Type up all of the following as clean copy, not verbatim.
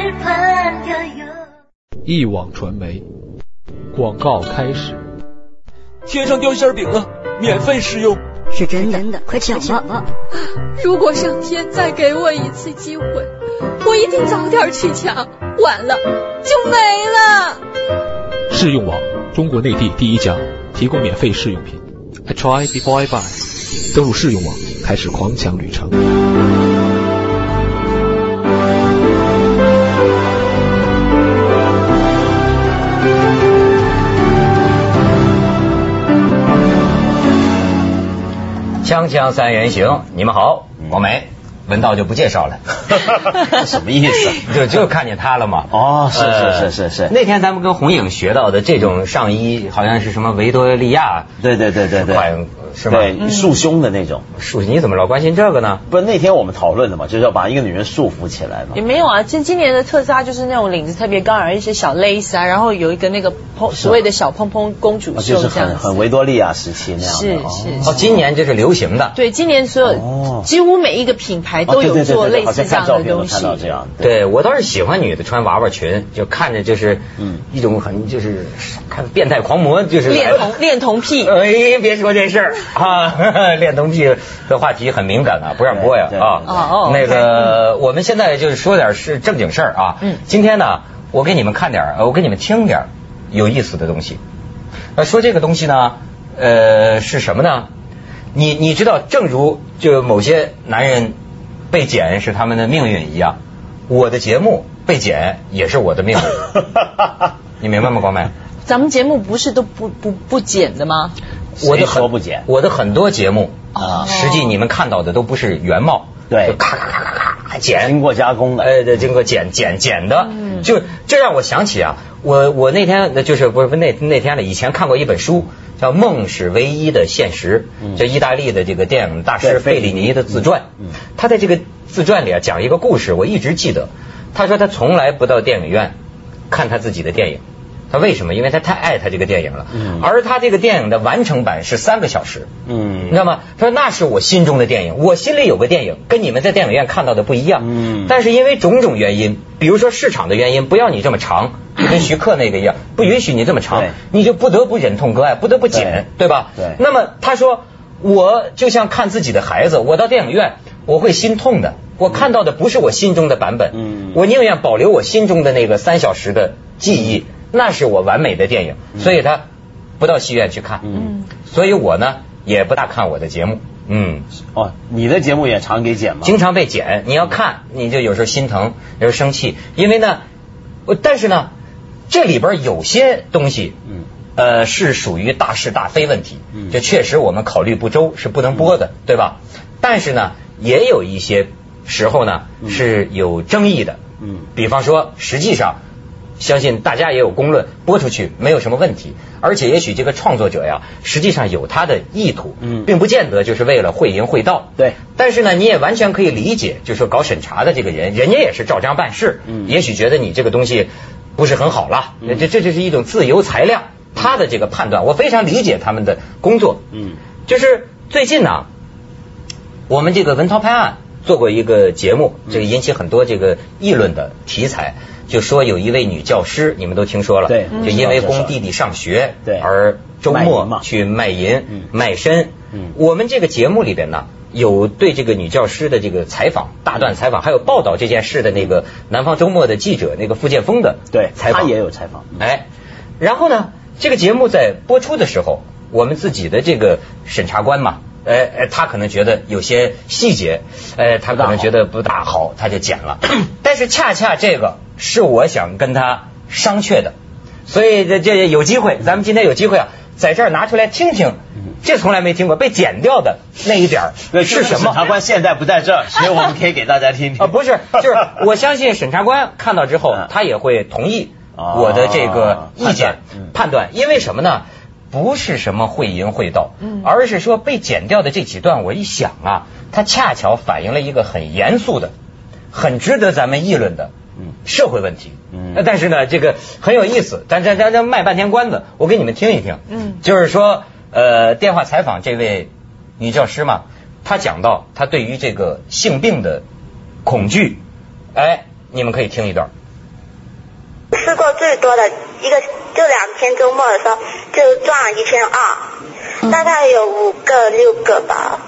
畔调油。 一网传媒广告开始。 天上掉馅饼了，免费试用。 是真的，快抢吧！ 如果上天再给我一次机会，我一定早点去抢，晚了就没了。 试用网，中国内地第一家提供免费试用品。I try before I buy。登录试用网，开始狂抢旅程。 锵锵三人行，你们好，王梅。文道就不介绍了。 什么意思？ 就看见他了嘛。 哦，是。 那天咱们跟红影学到的这种上衣，好像是什么维多利亚， 对， 是吧？ 对，束胸的那种。 你怎么老关心这个呢？ 不是那天我们讨论的嘛，就是要把一个女人束缚起来嘛。 也没有啊，今年的特斯拉就是那种领子特别高，然后一些小蕾丝啊，然后有一个那个所谓的小蓬蓬公主袖， 就是很维多利亚时期那样的。 是。 哦，今年这是流行的。 对，今年所有几乎每一个品牌都有做类似这样的东西。 对，我倒是喜欢女的穿娃娃裙，就看着就是一种很就是看变态狂魔，就是恋童癖。 哎，别说这事儿啊，恋童癖的话题很敏感啊，不让播呀啊。那个我们现在就是说点是正经事儿啊。今天呢，我给你们看点，我给你们听点有意思的东西。说这个东西呢，是什么呢？你知道，正如就某些男人被剪是他们的命运一样，我的节目被剪也是我的命运。你明白吗，光梅？ 咱们节目不是都不剪的吗？ 谁说不剪？ 我的很多节目实际你们看到的都不是原貌， 对， 就咔剪， 经过加工的， 对，经过剪的，就这让我想起啊，我那天就是不是那天了，以前看过一本书叫《梦是唯一的现实》，叫意大利的这个电影大师费里尼的自传。他在这个自传里讲一个故事，我一直记得。他说他从来不到电影院看他自己的电影。他为什么？因为他太爱他这个电影了，而他这个电影的完成版是3个小时，你知道吗？他说那是我心中的电影，我心里有个电影，跟你们在电影院看到的不一样，但是因为种种原因，比如说市场的原因，不要你这么长，就跟徐克那个一样，不允许你这么长，你就不得不忍痛割爱，不得不剪，对吧？对。那么他说，我就像看自己的孩子，我到电影院我会心痛的，我看到的不是我心中的版本，我宁愿保留我心中的那个3小时的记忆。那是我完美的电影，所以他不到戏院去看。所以我呢也不大看我的节目。 你的节目也常给剪吗？ 经常被剪。你要看，你就有时候心疼，有时候生气，因为呢，但是呢，这里边有些东西，是属于大是大非问题，就确实我们考虑不周，是不能播的，对吧？但是呢，也有一些时候呢是有争议的。比方说，实际上。相信大家也有公论，播出去没有什么问题，而且也许这个创作者呀，实际上有他的意图，并不见得就是为了会淫会道。对，但是呢，你也完全可以理解，就是说搞审查的这个人家也是照章办事，也许觉得你这个东西不是很好了，这就是一种自由裁量，他的这个判断，我非常理解他们的工作。就是最近呢，我们这个文韬拍案做过一个节目，这个引起很多这个议论的题材。就说有一位女教师，你们都听说了，对，就因为供弟弟上学，对，而周末去卖淫、卖身。我们这个节目里边呢，有对这个女教师的这个采访，大段采访，还有报道这件事的那个南方周末的记者那个傅建峰的采访， 他也有采访。 然后呢，这个节目在播出的时候，我们自己的这个审查官嘛。他可能觉得有些细节，他可能觉得不大好，他就剪了。但是恰恰这个是我想跟他商榷的，所以这有机会，咱们今天有机会啊，在这儿拿出来听听。这从来没听过被剪掉的那一点是什么？ 审查官现在不在这儿，所以我们可以给大家听听。 不是，就是我相信审查官看到之后，他也会同意我的这个意见判断，因为什么呢？不是什么会淫会道，而是说被剪掉的这几段，我一想啊，它恰巧反映了一个很严肃的、很值得咱们议论的社会问题。但是呢，这个很有意思，咱卖半天关子，我给你们听一听。就是说，电话采访这位女教师嘛，她讲到她对于这个性病的恐惧，你们可以听一段。 过最多的一个，就2天周末的时候就赚了1200，大概有5个6个吧。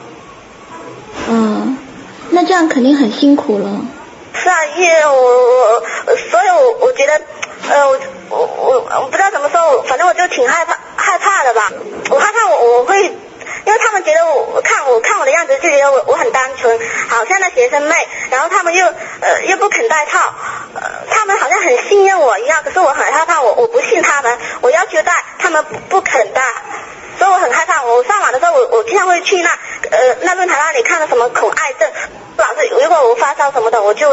那这样肯定很辛苦了。 是啊，因为所以我觉得，我不知道怎么说，反正我就挺害怕的吧。我害怕我会，因为他们觉得我看我的样子就觉得我很单纯，好像那学生妹，然后他们又不肯戴套，他们好像很信任我一样，可是我很害怕，我不信他们，我要求戴，他们不肯戴。所以我很害怕，我上网的时候，我经常会去那论坛那里看到什么恐艾症，老是如果我发烧什么的，我就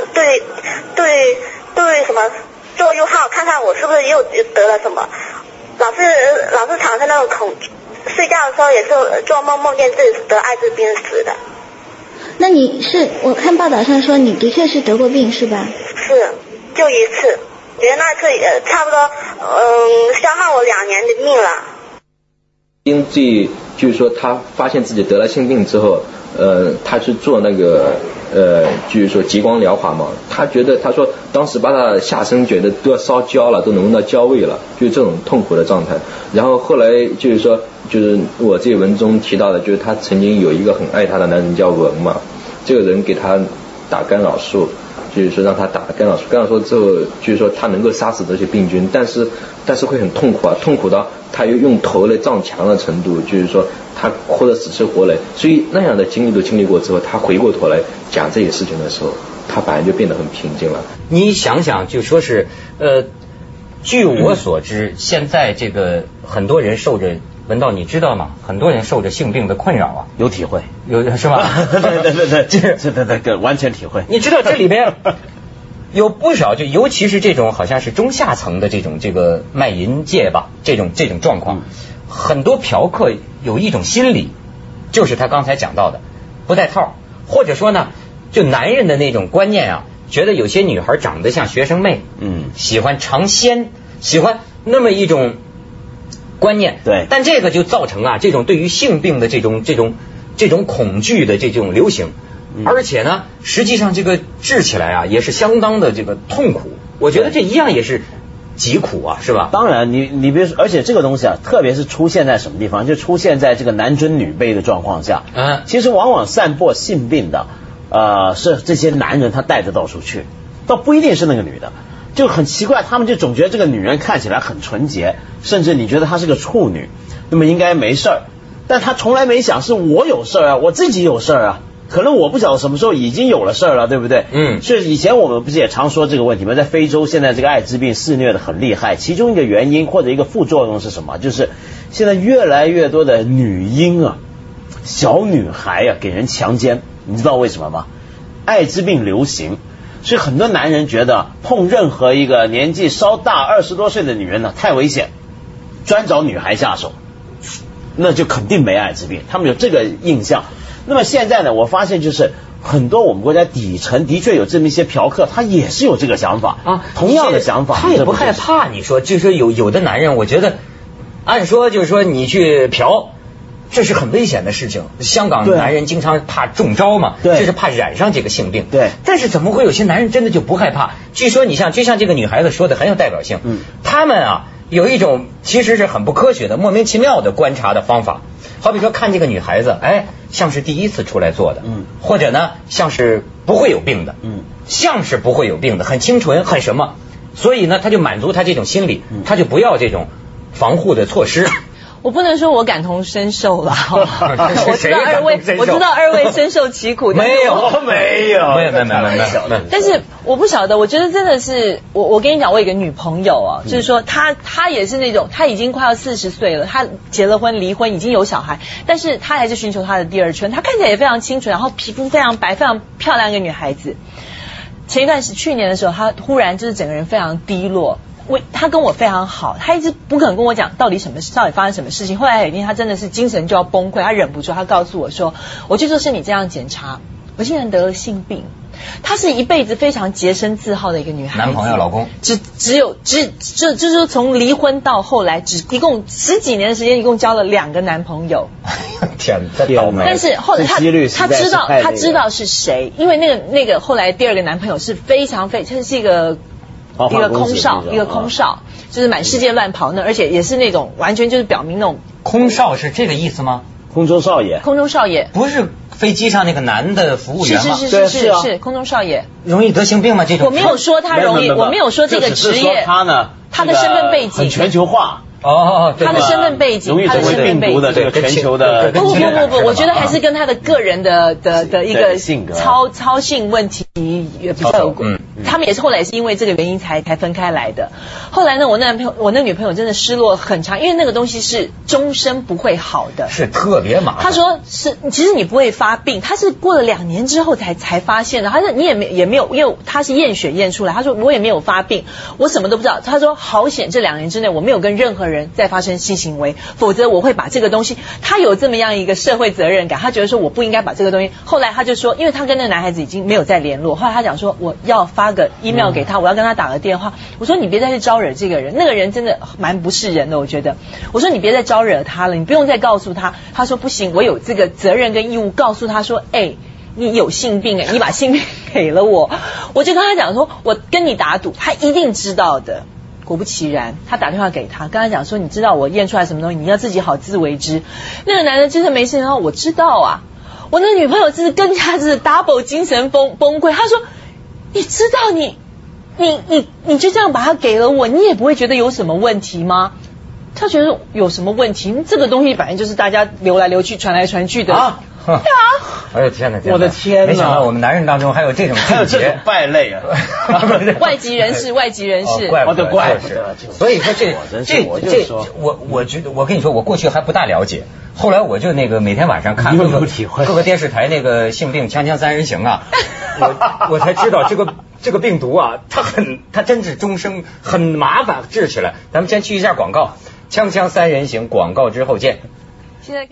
对什么做右号，看看我是不是又得了什么，老是产生那种恐惧，睡觉的时候也是做梦见自己得艾滋病死的。 那我看报道上说你的确是得过病是吧？ 是，就一次，觉得那次差不多消耗我2年的命了。 因为就是说他发现自己得了性病之后，他去做那个就是说极光疗法嘛，他说当时把他下身觉得都要烧焦了，都能闻到焦味了，就是这种痛苦的状态。然后后来就是说，就是我这文中提到的，就是他曾经有一个很爱他的男人叫文嘛，这个人给他打干扰素，就是说让他打干扰素，干扰素之后就是说他能够杀死这些病菌，但是会很痛苦啊，痛苦到他又用头来撞墙的程度，就是说他活得死去活来。所以那样的经历都经历过之后，他回过头来讲这些事情的时候，他反而就变得很平静了。 你想想，就说是据我所知，现在这个很多人受着，文道你知道吗？很多人受着性病的困扰啊， 有体会， 是吧？ 对，完全体会。 你知道这里边有不少，就尤其是这种好像是中下层的这个卖淫界吧，这种状况，很多嫖客有一种心理，就是他刚才讲到的不戴套，或者说呢，就男人的那种观念啊，觉得有些女孩长得像学生妹，喜欢尝鲜，喜欢那么一种观念。 对， 但这个就造成啊，这种对于性病的这种恐惧的这种流行。而且呢，实际上这个治起来啊，也是相当的这个痛苦。我觉得这一样也是疾苦啊，是吧？ 当然，你别说，而且这个东西啊，特别是出现在什么地方，就出现在这个男尊女卑的状况下。其实往往散播性病的，是这些男人他带着到处去，倒不一定是那个女的。就很奇怪，他们就总觉得这个女人看起来很纯洁，甚至你觉得她是个处女，那么应该没事儿。但她从来没想是我有事儿啊，我自己有事儿啊。可能我不晓得什么时候已经有了事儿了，对不对？所以以前我们不是也常说这个问题吗？在非洲现在这个艾滋病肆虐的很厉害，其中一个原因或者一个副作用是什么？就是现在越来越多的女婴啊、小女孩啊给人强奸，你知道为什么吗？艾滋病流行，所以很多男人觉得碰任何一个年纪稍大20多岁的女人呢太危险，专找女孩下手，那就肯定没艾滋病，他们有这个印象。那么现在呢，我发现就是很多我们国家底层的确有这么一些嫖客，他也是有这个想法啊，同样的想法， 他也不害怕。你说，就是有的男人，我觉得按说就是说你去嫖，这是很危险的事情。香港男人经常怕中招嘛，这是怕染上这个性病。 对， 但是怎么会有些男人真的就不害怕？据说就像这个女孩子说的很有代表性，他们啊有一种其实是很不科学的、莫名其妙的观察的方法。好比说看这个女孩子，像是第一次出来做的，或者呢像是不会有病的，像是不会有病的，很清纯，很什么，所以呢他就满足他这种心理，他就不要这种防护的措施。 我不能说我感同身受了，我知道二位深受其苦。 没有。 但是我不晓得，我觉得真的是我跟你讲，我有个女朋友啊，就是说她也是那种，她已经快要40岁了，她结了婚离婚，已经有小孩，但是她还是寻求她的第二春。她看起来也非常清纯，然后皮肤非常白，非常漂亮一个女孩子。去年的时候，她忽然就是整个人非常低落。他跟我非常好，他一直不肯跟我讲到底发生什么事情。后来有一天，他真的是精神就要崩溃，他忍不住，他告诉我说：“我去做身体这样检查，我竟然得了性病。”她是一辈子非常洁身自好的一个女孩子， 男朋友、老公就是从离婚到后来，一共10几年的时间，一共交了2个男朋友。 天，倒霉！ 但是后来他知道是谁，因为那个后来第2个男朋友是他是一个一个空少，就是满世界乱跑那，而且也是那种完全就是表明那种空少是这个意思吗？ 空中少爷不是飞机上那个男的服务员吗？ 是空中少爷。 容易得性病吗？这种我没有说他容易，我没有说这个职业，他的身份背景很全球化。 他的身份背景， 容易成为病毒的这个全球的不，我觉得还是跟他的个人的一个性格操性问题比较有关。他们也是后来也是因为这个原因才分开来的。后来呢，我那女朋友真的失落很长，因为那个东西是终身不会好的， 是特别麻烦。 他说是，其实你不会发病，他是过了2年之后才发现的。他说你也没有，因为他是验血验出来，他说我也没有发病，我什么都不知道。他说好险，这2年之内我没有跟任何人再发生性行为，否则我会把这个东西，他有这么样一个社会责任感，他觉得说我不应该把这个东西。后来他就说，因为他跟那个男孩子已经没有再联络，后来他讲说我要发个 email 给他，我要跟他打个电话。我说你别再去招惹这个人，那个人真的蛮不是人的，我觉得。我说你别再招惹他了，你不用再告诉他。他说不行，我有这个责任跟义务告诉他说，你有性病你把性病给了我。我就跟他讲说，我跟你打赌，他一定知道的。果不其然，他打电话给他，跟他讲说，你知道我验出来什么东西，你要自己好自为之。那个男的真的没事，然后我知道啊，我那女朋友是更加是 double 精神崩溃。他说，你知道你就这样把他给了我，你也不会觉得有什么问题吗？他觉得有什么问题？这个东西本来就是大家流来流去、传来传去的啊。 哎呦天哪！ 我的天哪！ 没想到我们男人当中还有这种败类啊！ 外籍人士， 怪不得。所以说我觉得我跟你说，我过去还不大了解，后来我就那个每天晚上看各个电视台那个性病锵锵三人行啊，我才知道这个病毒啊，它真是终生很麻烦治起来。咱们先去一下广告，锵锵三人行广告之后见。 现在看。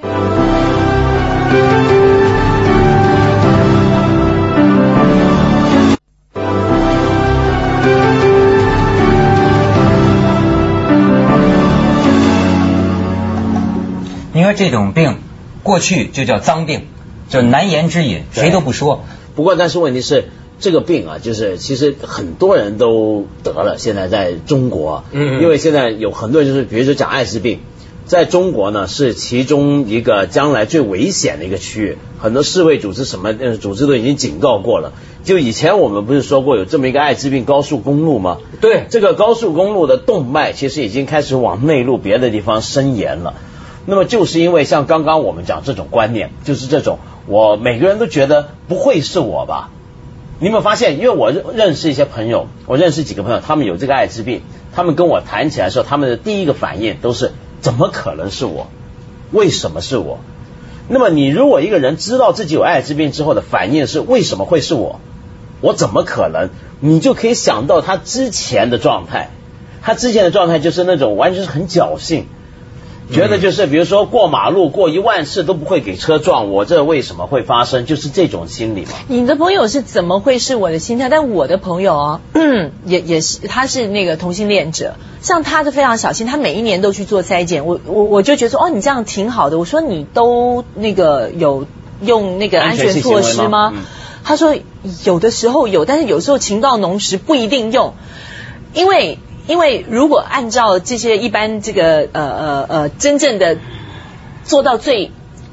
你说这种病过去就叫脏病，就难言之隐，谁都不说。 不过但是问题是这个病啊，就是其实很多人都得了，现在在中国，因为现在有很多人就是比如说讲艾滋病，在中国呢是其中一个将来最危险的一个区域，很多世卫组织什么组织都已经警告过了。就以前我们不是说过有这么一个艾滋病高速公路吗？ 对， 这个高速公路的动脉其实已经开始往内陆别的地方伸延了。那么就是因为像刚刚我们讲这种观念，就是这种我每个人都觉得不会是我吧。你有没有发现，因为我认识一些朋友，我认识几个朋友，他们有这个艾滋病，他们跟我谈起来的时候，他们的第一个反应都是怎么可能是我，为什么是我。那么你如果一个人知道自己有艾滋病之后的反应是为什么会是我怎么可能，你就可以想到他之前的状态。他之前的状态就是那种完全是很侥幸，觉得就是比如说过马路过10000次都不会给车撞，我这为什么会发生，就是这种心理嘛。 你的朋友是怎么会是我的心态？但我的朋友啊，也是，他是那个同性恋者，像他就非常小心，他每一年都去做筛检。我就觉得说，你这样挺好的。我说你都那个有用那个安全措施吗？他说有的时候有，但是有时候情到浓时不一定用，因为如果按照这些一般这个真正的做到最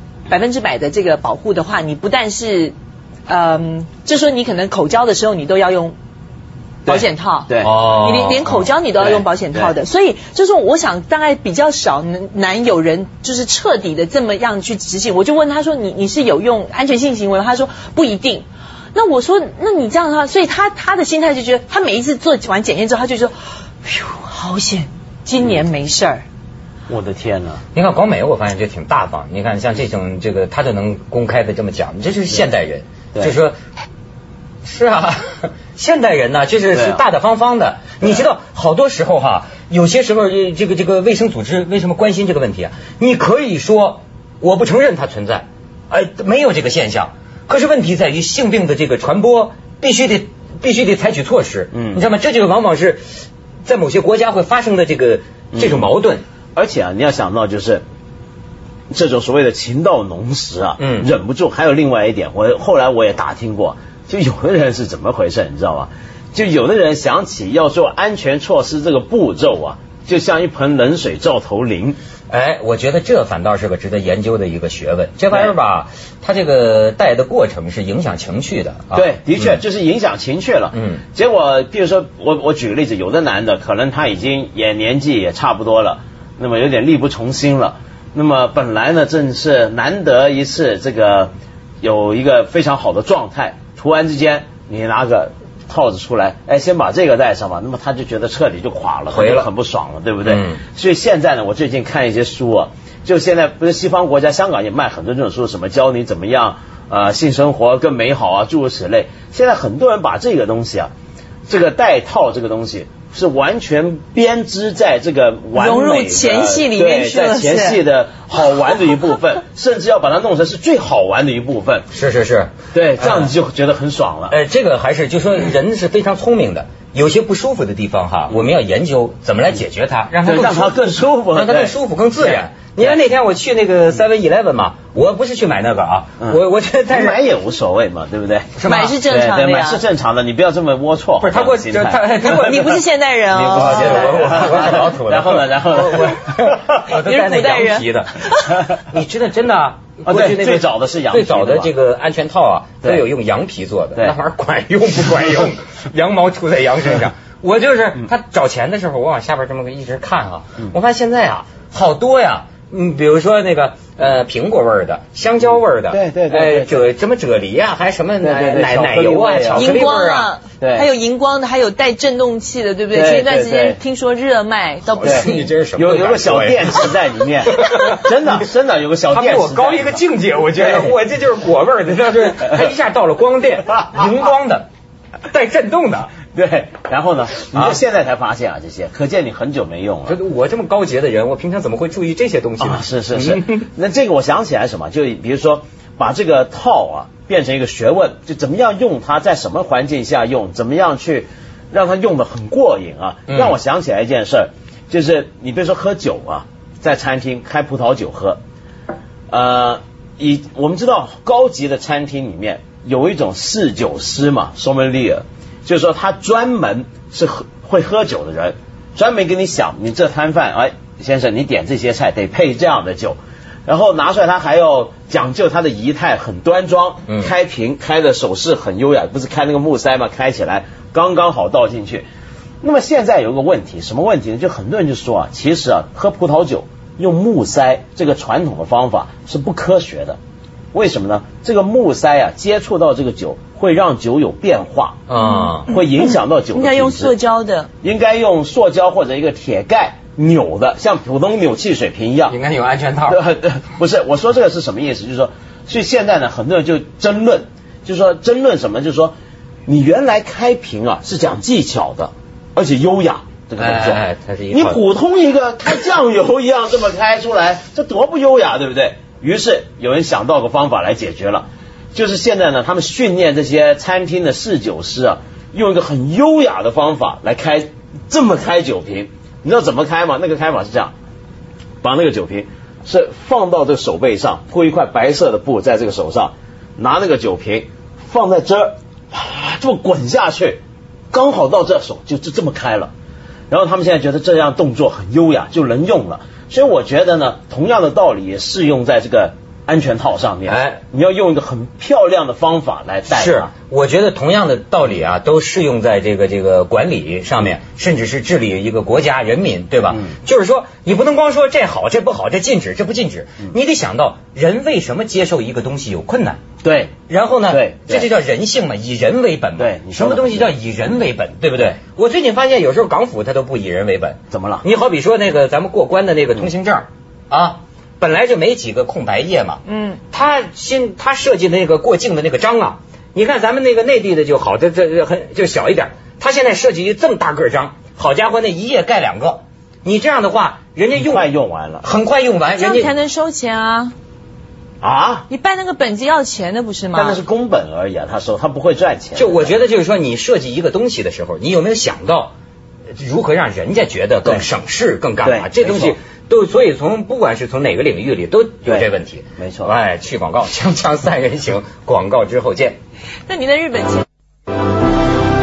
100%的这个保护的话，你不但是就说你可能口交的时候你都要用保险套， 对， 你连口交你都要用保险套的，所以就是我想大概比较少难有人就是彻底的这么样去执行。我就问他说你是有用安全性行为吗？他说不一定。那我说那你这样的话，所以他的心态就觉得他每一次做完检验之后，他就说好险今年没事儿。 我的天哪！ 你看广美，我发现就挺大方。你看像这种这个，他就能公开的这么讲，这就是现代人，就说是啊，现代人呢，就是大大方方的。你知道，好多时候哈，有些时候这个卫生组织为什么关心这个问题啊？你可以说我不承认它存在，没有这个现象。可是问题在于性病的这个传播必须得采取措施，你知道吗？这就往往是在某些国家会发生的这种矛盾。 而且啊，你要想到就是这种所谓的情到浓时啊，忍不住。还有另外一点，后来我也打听过，就有的人是怎么回事，你知道吗？ 就有的人想起要做安全措施这个步骤啊，就像一盆冷水照头淋。 哎，我觉得这反倒是个值得研究的一个学问。这玩意儿吧，它这个戴的过程是影响情绪的。 对，的确就是影响情绪了。结果比如说我举个例子，有的男的可能他已经年纪也差不多了，那么有点力不从心了。那么本来呢正是难得一次这个有一个非常好的状态，突然之间你拿个套子出来，先把这个戴上吧，那么他就觉得彻底就垮了，他就很不爽了，对不对？所以现在呢，我最近看一些书啊，就现在不是西方国家，香港也卖很多这种书，什么教你怎么样性生活更美好啊，诸如此类。现在很多人把这个东西啊，这个戴套这个东西是完全编织在这个完美的融入前戏里面去了， 在前戏的好玩的一部分，甚至要把它弄成是最好玩的一部分。 是， 对，这样子就觉得很爽了。 这个还是就说人是非常聪明的，有些不舒服的地方哈，我们要研究怎么来解决它，让它更舒服， 让它更舒服、更自然。你看那天我去那个 7-Eleven 嘛，我不是去买那个啊，我觉得买也无所谓嘛，对不对？ 买是正常的呀， 对，买是正常的，你不要这么龌龊。 不是他过他你不是现代人哦， 我是老土的。 然后呢， 我都戴那羊皮的。你知道真的啊？过去那最早的是羊皮， 最早的这个安全套啊，都有用羊皮做的，那玩意儿管用不管用？羊毛出在羊身上。我就是他找钱的时候，我往下边这么一直看啊，我发现现在啊好多呀。比如说那个苹果味的、香蕉味的，对，什么啫喱啊，还什么奶油啊、巧克力味啊， 对，还有荧光的，还有带震动器的，对不对？前一段时间听说热卖，倒不行。 你这是什么？ 有个小电池在里面，真的有个小电池。 他比我高一个境界，我觉得我这就是果味的，就是他一下到了光电，荧光的，带震动的。 对，然后呢？你就现在才发现啊，这些，可见你很久没用了。 我这么高洁的人，我平常怎么会注意这些东西呢？ 是。那这个我想起来什么？就比如说，把这个套啊变成一个学问，就怎么样用它，在什么环境下用，怎么样去让它用得很过瘾啊？让我想起来一件事儿，就是你比如说喝酒啊，在餐厅开葡萄酒喝，我们知道高级的餐厅里面有一种侍酒师嘛 ，sommelier。就是说他专门是会喝酒的人，专门跟你想你这摊饭，先生你点这些菜得配这样的酒，然后拿出来他还要讲究他的仪态很端庄，开瓶开的手势很优雅，不是开那个木塞嘛，开起来刚刚好倒进去。那么现在有个问题，什么问题呢？就很多人就说其实喝葡萄酒用木塞这个传统的方法是不科学的。为什么呢？这个木塞接触到这个酒会让酒有变化会影响到酒的品质。应该用塑胶的， 应该用塑胶或者一个铁盖扭的，像普通扭汽水瓶一样。 应该有安全套。 不是，我说这个是什么意思？就是说，所以现在呢，很多人就争论，就是说争论什么？就是说，你原来开瓶是讲技巧的，而且优雅。这个动作，你普通一个开酱油一样这么开出来，这多不优雅，对不对？于是有人想到个方法来解决了，就是现在呢，他们训练这些餐厅的侍酒师用一个很优雅的方法来开酒瓶。你知道怎么开吗？那个开法是这样，把那个酒瓶是放到这个手背上，铺一块白色的布在这个手上，拿那个酒瓶放在这儿，这么滚下去，刚好到这手就这么开了。然后他们现在觉得这样动作很优雅，就能用了。所以我觉得呢，同样的道理也适用在这个安全套上面。你要用一个很漂亮的方法来戴它。 是，我觉得同样的道理都适用在这个管理上面，甚至是治理一个国家人民，对吧？就是说，你不能光说这好这不好，这禁止这不禁止，你得想到人为什么接受一个东西有困难。 对， 然后呢？对，这就叫人性嘛，以人为本嘛。 对， 什么东西叫以人为本，对不对？我最近发现，有时候港府它都不以人为本。 怎么了？ 你好比说那个咱们过关的那个通行证本来就没几个空白页嘛。他设计的那个过境的那个章你看咱们那个内地的就好，这就小一点。他现在设计一这么大个章，好家伙，那一页盖2个。你这样的话，人家快用完了， 很快用完， 这样才能收钱你办那个本子要钱的不是吗？ 但那是工本而已他收他不会赚钱。 就我觉得就是说，你设计一个东西的时候，你有没有想到如何让人家觉得更省事、更干嘛？这东西都，所以不管是从哪个领域里都有这问题。 没错。 去广告，锵锵三人行，广告之后见。 那你在日本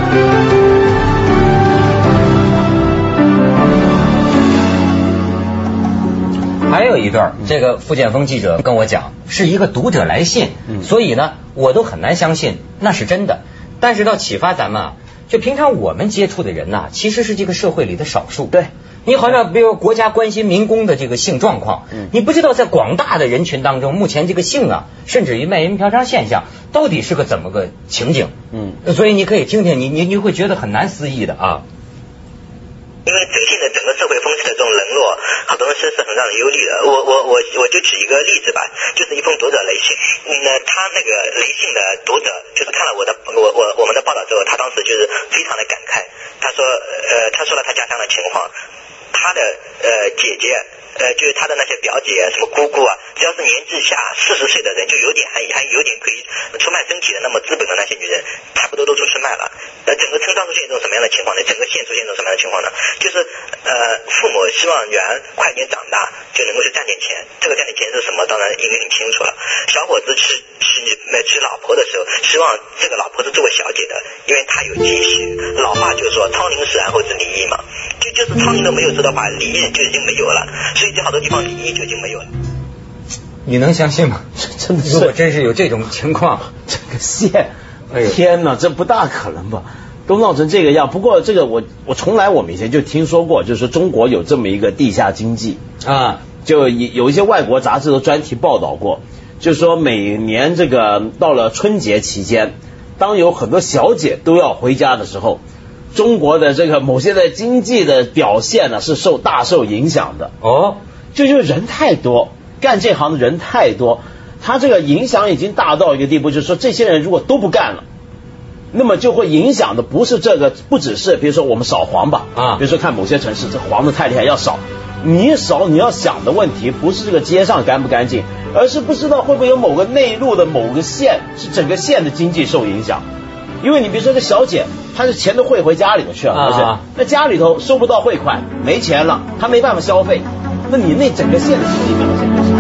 还有一段，这个傅建峰记者跟我讲，是一个读者来信，所以呢，我都很难相信那是真的。但是到启发咱们啊，就平常我们接触的人呐，其实是这个社会里的少数。 对， 你好像比如国家关心民工的这个性状况，你不知道在广大的人群当中，目前这个性啊，甚至于卖淫嫖娼现象，到底是个怎么个情景？所以你可以听听，你会觉得很难思议的啊。 因为最近的整个社会风气的这种冷落，好多人是很让人忧虑的。我就举一个例子吧，就是一封读者来信，他那个来信的读者就是看了我们的报道之后，他当时就是非常的感慨，他说了他家乡的情况，他的姐姐。就是他的那些表姐什么姑姑啊，只要是年纪下40岁的人，就有点还有点可以出卖身体的那么资本的那些女人，差不多都出去卖了。整个村庄出现一种什么样的情况呢？整个县出现一种什么样的情况呢？就是父母希望女儿快点长大，就能够去赚点钱。这个赚点钱是什么？当然应该很清楚了。小伙子娶老婆的时候，希望这个老婆是作为小姐的，因为她有积蓄。老话就说仓廪实然后是离异嘛，就是仓廪都没有做的话，离异就已经没有了。所以好多地方离异就已经没有了。 你能相信吗？ 真的是， 如果真是有这种情况， 这个县，天哪，这不大可能吧？都闹成这个样。不过这个我从来我们以前就听说过，就是中国有这么一个地下经济啊，就有一些外国杂志的专题报道过，就是说每年这个到了春节期间，当有很多小姐都要回家的时候，中国的这个某些的经济的表现呢是大受影响的哦，就是人太多，干这行的人太多，他这个影响已经大到一个地步，就是说这些人如果都不干了，那么就会影响的不是这个，不只是比如说我们扫黄吧啊，比如说看某些城市这黄的太厉害要扫，你一扫你要想的问题不是这个街上干不干净，而是不知道会不会有某个内陆的某个县是整个县的经济受影响。因为你比如说这小姐，她是钱都汇回家里头去了，不是？那家里头收不到汇款，没钱了，她没办法消费，那你那整个县的经济表现就是。